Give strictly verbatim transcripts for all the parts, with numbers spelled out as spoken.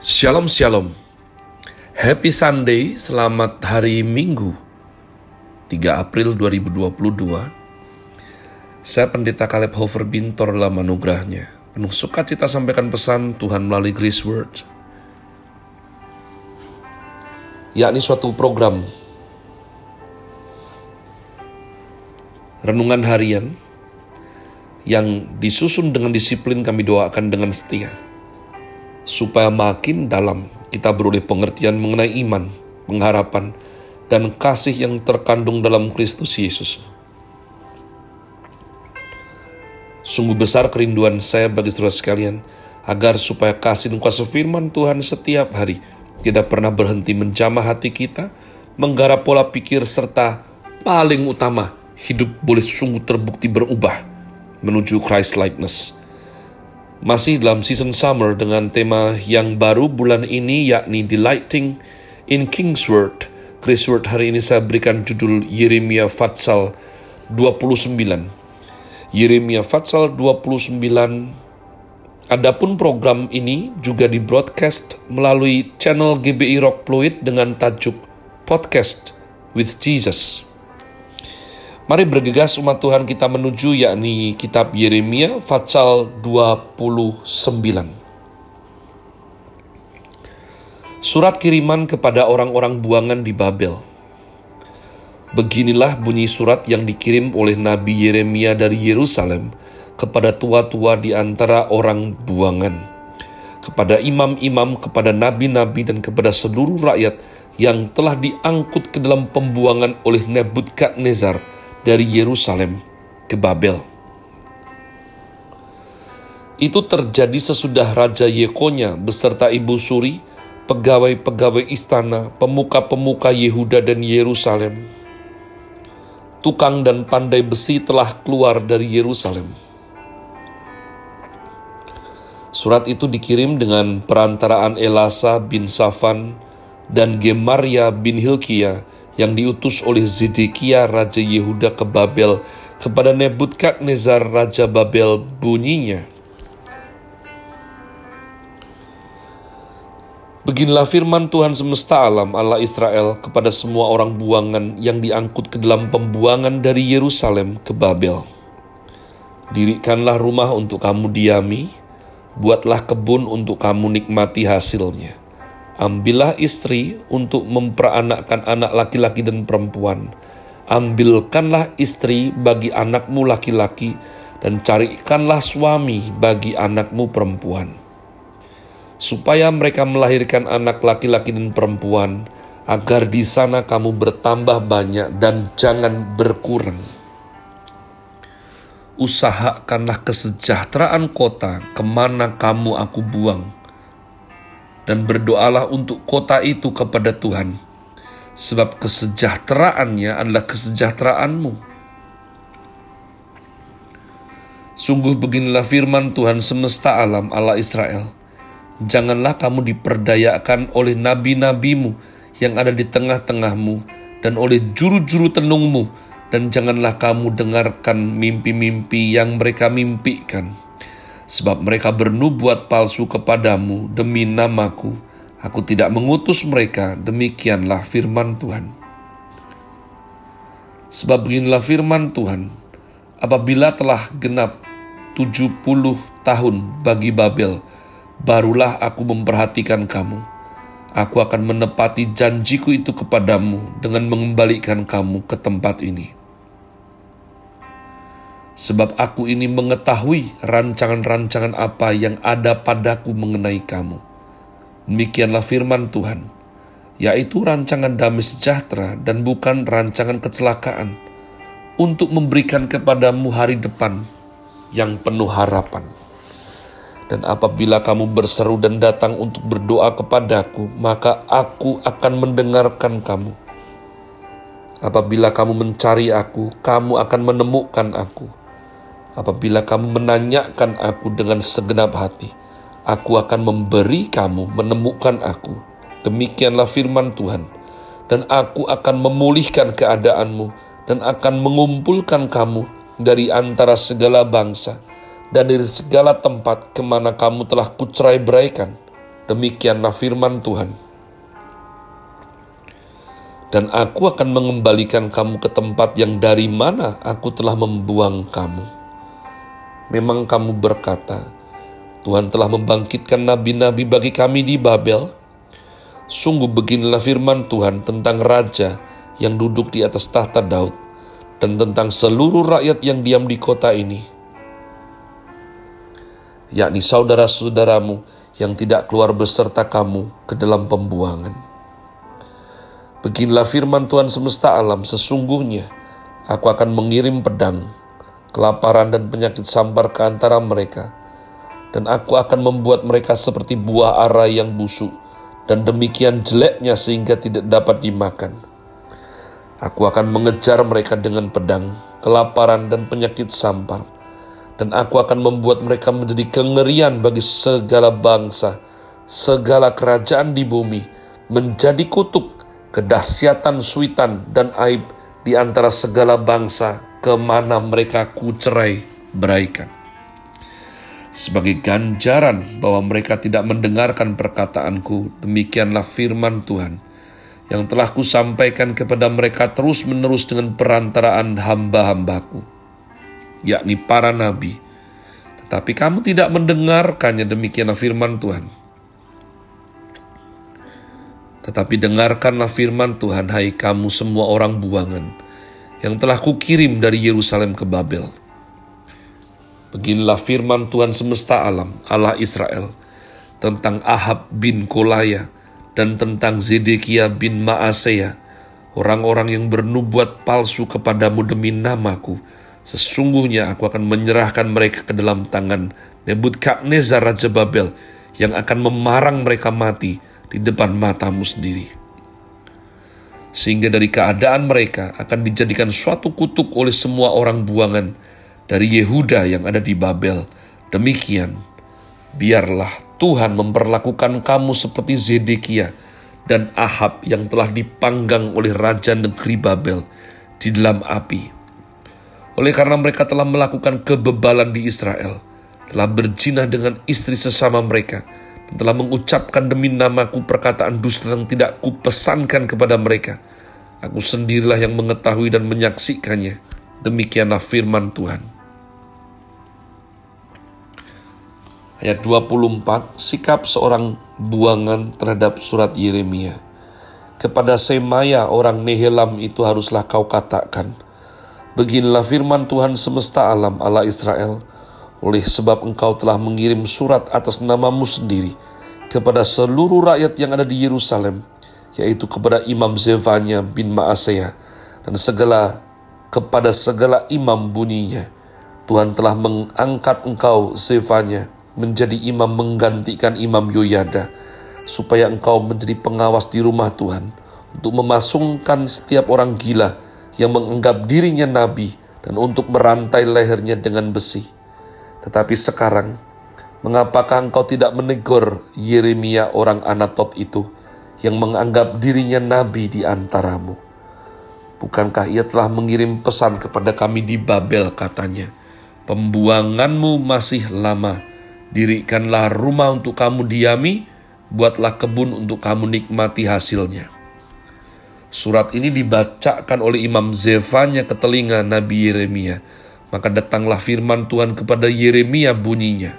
Shalom Shalom. Happy Sunday, selamat hari Minggu tiga April dua ribu dua puluh dua. Saya Pendeta Caleb Hofer Bintor dalam anugerahnya. Penuh sukacita sampaikan pesan Tuhan melalui Grace Word, yakni suatu program renungan harian yang disusun dengan disiplin. Kami doakan dengan setia supaya makin dalam kita beroleh pengertian mengenai iman, pengharapan, dan kasih yang terkandung dalam Kristus Yesus. Sungguh besar kerinduan saya bagi saudara sekalian, agar supaya kasih dan kuasa firman Tuhan setiap hari tidak pernah berhenti menjamah hati kita, menggarap pola pikir, serta paling utama, hidup boleh sungguh terbukti berubah menuju Christ-likeness. Masih dalam season summer dengan tema yang baru bulan ini, yakni Delighting in King's Word. Grace Word hari ini saya berikan judul Yeremia Fatsal dua puluh sembilan. Yeremia Fatsal dua puluh sembilan. Adapun program ini juga di broadcast melalui channel G B I Rock Fluid dengan tajuk Podcast with Jesus. Mari bergegas umat Tuhan kita menuju yakni kitab Yeremia Fatsal dua puluh sembilan. Surat kiriman kepada orang-orang buangan di Babel. Beginilah bunyi surat yang dikirim oleh Nabi Yeremia dari Yerusalem kepada tua-tua di antara orang buangan, kepada imam-imam, kepada nabi-nabi, dan kepada seluruh rakyat yang telah diangkut ke dalam pembuangan oleh Nebukadnezar dari Yerusalem ke Babel. Itu terjadi sesudah Raja Yekonya beserta ibu suri, pegawai-pegawai istana, pemuka-pemuka Yehuda dan Yerusalem, tukang dan pandai besi telah keluar dari Yerusalem. Surat itu dikirim dengan perantaraan Elasa bin Safan dan Gemaria bin Hilkiah yang diutus oleh Zedekia Raja Yehuda ke Babel kepada Nebukadnezar Raja Babel. Bunyinya, beginilah firman Tuhan semesta alam, Allah Israel, kepada semua orang buangan yang diangkut ke dalam pembuangan dari Yerusalem ke Babel. Dirikanlah rumah untuk kamu diami, buatlah kebun untuk kamu nikmati hasilnya. Ambillah istri untuk memperanakkan anak laki-laki dan perempuan. Ambilkanlah istri bagi anakmu laki-laki, dan carikanlah suami bagi anakmu perempuan, supaya mereka melahirkan anak laki-laki dan perempuan, agar di sana kamu bertambah banyak dan jangan berkurang. Usahakanlah kesejahteraan kota kemana kamu aku buang, dan berdoalah untuk kota itu kepada Tuhan, sebab kesejahteraannya adalah kesejahteraanmu. Sungguh beginilah firman Tuhan semesta alam, Allah Israel, janganlah kamu diperdayakan oleh nabi-nabimu yang ada di tengah-tengahmu, dan oleh juru-juru tenungmu, dan janganlah kamu dengarkan mimpi-mimpi yang mereka mimpikan. Sebab mereka bernubuat palsu kepadamu demi namaku. Aku tidak mengutus mereka, demikianlah firman Tuhan. Sebab beginilah firman Tuhan, apabila telah genap tujuh puluh tahun bagi Babel, barulah aku memperhatikan kamu. Aku akan menepati janjiku itu kepadamu dengan mengembalikan kamu ke tempat ini. Sebab aku ini mengetahui rancangan-rancangan apa yang ada padaku mengenai kamu. Demikianlah firman Tuhan, yaitu rancangan damai sejahtera dan bukan rancangan kecelakaan, untuk memberikan kepadamu hari depan yang penuh harapan. Dan apabila kamu berseru dan datang untuk berdoa kepadaku, maka aku akan mendengarkan kamu. Apabila kamu mencari aku, kamu akan menemukan aku. Apabila kamu menanyakan aku dengan segenap hati, aku akan memberi kamu menemukan aku. Demikianlah firman Tuhan. Dan aku akan memulihkan keadaanmu, dan akan mengumpulkan kamu dari antara segala bangsa, dan dari segala tempat kemana kamu telah kucerai beraikan, Demikianlah firman Tuhan. Dan aku akan mengembalikan kamu ke tempat yang dari mana aku telah membuang kamu. Memang kamu berkata, Tuhan telah membangkitkan nabi-nabi bagi kami di Babel. Sungguh beginilah firman Tuhan tentang raja yang duduk di atas tahta Daud, dan tentang seluruh rakyat yang diam di kota ini, yakni saudara-saudaramu yang tidak keluar beserta kamu ke dalam pembuangan. Beginilah firman Tuhan semesta alam, sesungguhnya aku akan mengirim pedang, kelaparan dan penyakit sampar ke antara mereka, dan aku akan membuat mereka seperti buah ara yang busuk, dan demikian jeleknya sehingga tidak dapat dimakan. Aku akan mengejar mereka dengan pedang, kelaparan dan penyakit sampar, dan aku akan membuat mereka menjadi kengerian bagi segala bangsa, segala kerajaan di bumi, menjadi kutuk, kedahsyatan, suitan, dan aib di antara segala bangsa kemana mereka kucerai beraikan. Sebagai ganjaran bahwa mereka tidak mendengarkan perkataanku, demikianlah firman Tuhan yang telah kusampaikan kepada mereka terus-menerus dengan perantaraan hamba-hambaku, yakni para nabi. Tetapi kamu tidak mendengarkannya, demikianlah firman Tuhan. Tetapi dengarkanlah firman Tuhan, hai kamu semua orang buangan, yang telah kukirim dari Yerusalem ke Babel. Beginilah firman Tuhan semesta alam, Allah Israel, tentang Ahab bin Kolaya, dan tentang Zedekia bin Maaseya, orang-orang yang bernubuat palsu kepadamu demi namaku. Sesungguhnya aku akan menyerahkan mereka ke dalam tangan Nebukadnezar Raja Babel, yang akan memarang mereka mati di depan matamu sendiri. Sehingga dari keadaan mereka akan dijadikan suatu kutuk oleh semua orang buangan dari Yehuda yang ada di Babel. Demikian, biarlah Tuhan memperlakukan kamu seperti Zedekia dan Ahab yang telah dipanggang oleh Raja negeri Babel di dalam api. Oleh karena mereka telah melakukan kebebalan di Israel, telah berzina dengan istri sesama mereka, dan telah mengucapkan demi namaku perkataan dusta yang tidak kupesankan kepada mereka. Aku sendirilah yang mengetahui dan menyaksikannya. Demikianlah firman Tuhan. Ayat dua puluh empat, sikap seorang buangan terhadap surat Yeremia. Kepada Semaya orang Nehelam itu haruslah kau katakan, beginilah firman Tuhan semesta alam, Allah Israel, oleh sebab engkau telah mengirim surat atas namamu sendiri kepada seluruh rakyat yang ada di Yerusalem, yaitu kepada Imam Zefanya bin Maaseya, dan segala kepada segala imam bunyinya. Tuhan telah mengangkat engkau, Zefanya, menjadi imam menggantikan Imam Yoyada, supaya engkau menjadi pengawas di rumah Tuhan, untuk memasungkan setiap orang gila yang menganggap dirinya nabi, dan untuk merantai lehernya dengan besi. Tetapi sekarang, mengapakah engkau tidak menegur Yeremia orang Anatot itu, yang menganggap dirinya nabi di antaramu? Bukankah ia telah mengirim pesan kepada kami di Babel, katanya, pembuanganmu masih lama, dirikanlah rumah untuk kamu diami, buatlah kebun untuk kamu nikmati hasilnya. Surat ini dibacakan oleh Imam Zefanya ke telinga Nabi Yeremia. Maka datanglah firman Tuhan kepada Yeremia bunyinya,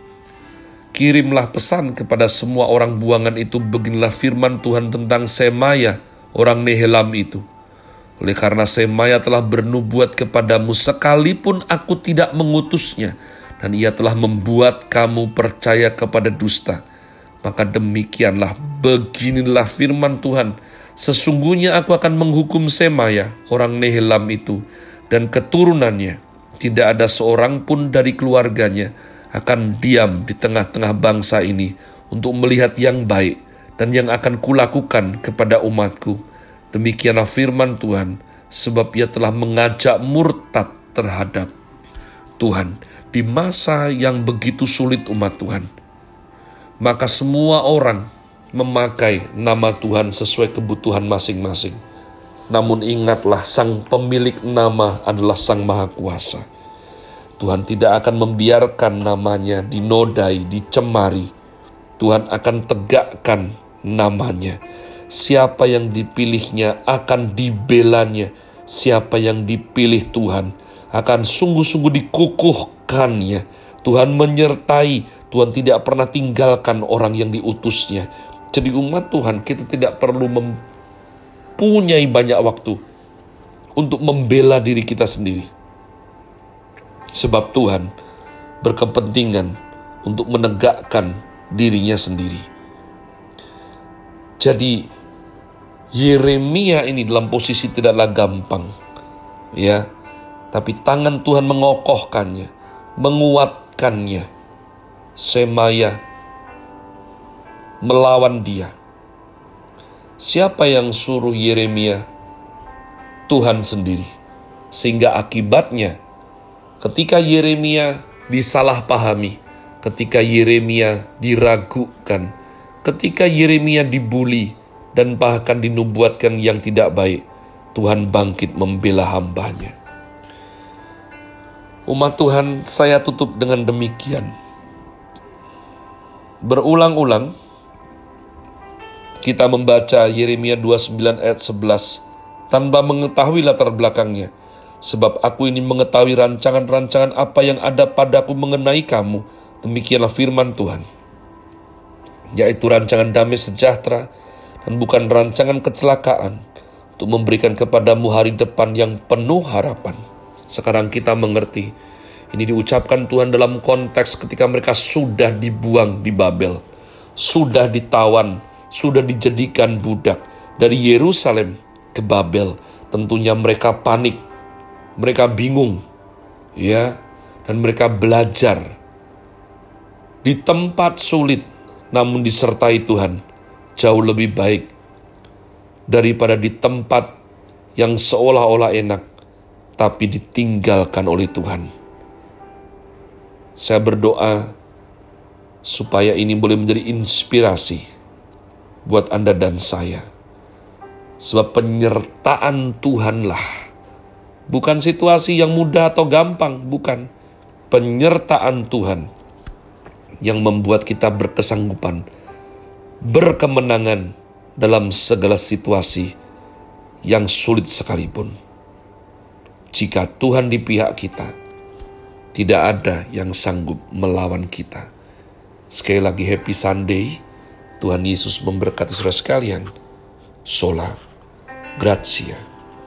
kirimlah pesan kepada semua orang buangan itu, beginilah firman Tuhan tentang Semaya orang Nehelam itu. Oleh karena Semaya telah bernubuat kepadamu sekalipun aku tidak mengutusnya, dan ia telah membuat kamu percaya kepada dusta, maka demikianlah, beginilah firman Tuhan, sesungguhnya aku akan menghukum Semaya orang Nehelam itu dan keturunannya. Tidak ada seorang pun dari keluarganya akan diam di tengah-tengah bangsa ini untuk melihat yang baik dan yang akan kulakukan kepada umatku. Demikianlah firman Tuhan, sebab ia telah mengajak murtad terhadap Tuhan di masa yang begitu sulit umat Tuhan. Maka semua orang memakai nama Tuhan sesuai kebutuhan masing-masing. Namun ingatlah, sang pemilik nama adalah Sang Maha Kuasa. Tuhan tidak akan membiarkan namanya dinodai, dicemari, Tuhan akan tegakkan namanya. Siapa yang dipilihnya akan dibelanya. Siapa yang dipilih Tuhan akan sungguh-sungguh dikukuhkannya. Tuhan menyertai, Tuhan tidak pernah tinggalkan orang yang diutusnya. Jadi umat Tuhan, kita tidak perlu mempunyai banyak waktu untuk membela diri kita sendiri. Sebab Tuhan berkepentingan untuk menegakkan dirinya sendiri. Jadi Yeremia ini dalam posisi tidaklah gampang, ya, tapi tangan Tuhan mengokohkannya, menguatkannya. Semaya melawan dia. Siapa yang suruh Yeremia? Tuhan sendiri. Sehingga akibatnya, ketika Yeremia disalahpahami, ketika Yeremia diragukan, ketika Yeremia dibuli, dan bahkan dinubuatkan yang tidak baik, Tuhan bangkit membela hambanya. Umat Tuhan, saya tutup dengan demikian. Berulang-ulang, kita membaca Yeremia dua puluh sembilan ayat sebelas, tanpa mengetahui latar belakangnya. Sebab aku ini mengetahui rancangan-rancangan apa yang ada padaku mengenai kamu. Demikianlah firman Tuhan. Yaitu rancangan damai sejahtera, dan bukan rancangan kecelakaan, untuk memberikan kepadamu hari depan yang penuh harapan. Sekarang kita mengerti, ini diucapkan Tuhan dalam konteks ketika mereka sudah dibuang di Babel, sudah ditawan, sudah dijadikan budak dari Yerusalem ke Babel. Tentunya mereka panik, mereka bingung, ya, dan mereka belajar di tempat sulit, namun disertai Tuhan. Jauh lebih baik daripada di tempat yang seolah-olah enak, tapi ditinggalkan oleh Tuhan. Saya berdoa supaya ini boleh menjadi inspirasi buat Anda dan saya. Sebab penyertaan Tuhanlah, bukan situasi yang mudah atau gampang, bukan. Penyertaan Tuhan yang membuat kita berkesanggupan, berkemenangan dalam segala situasi yang sulit sekalipun. Jika Tuhan di pihak kita, tidak ada yang sanggup melawan kita. Sekali lagi happy Sunday. Tuhan Yesus memberkati saudara sekalian. Sola Gratia.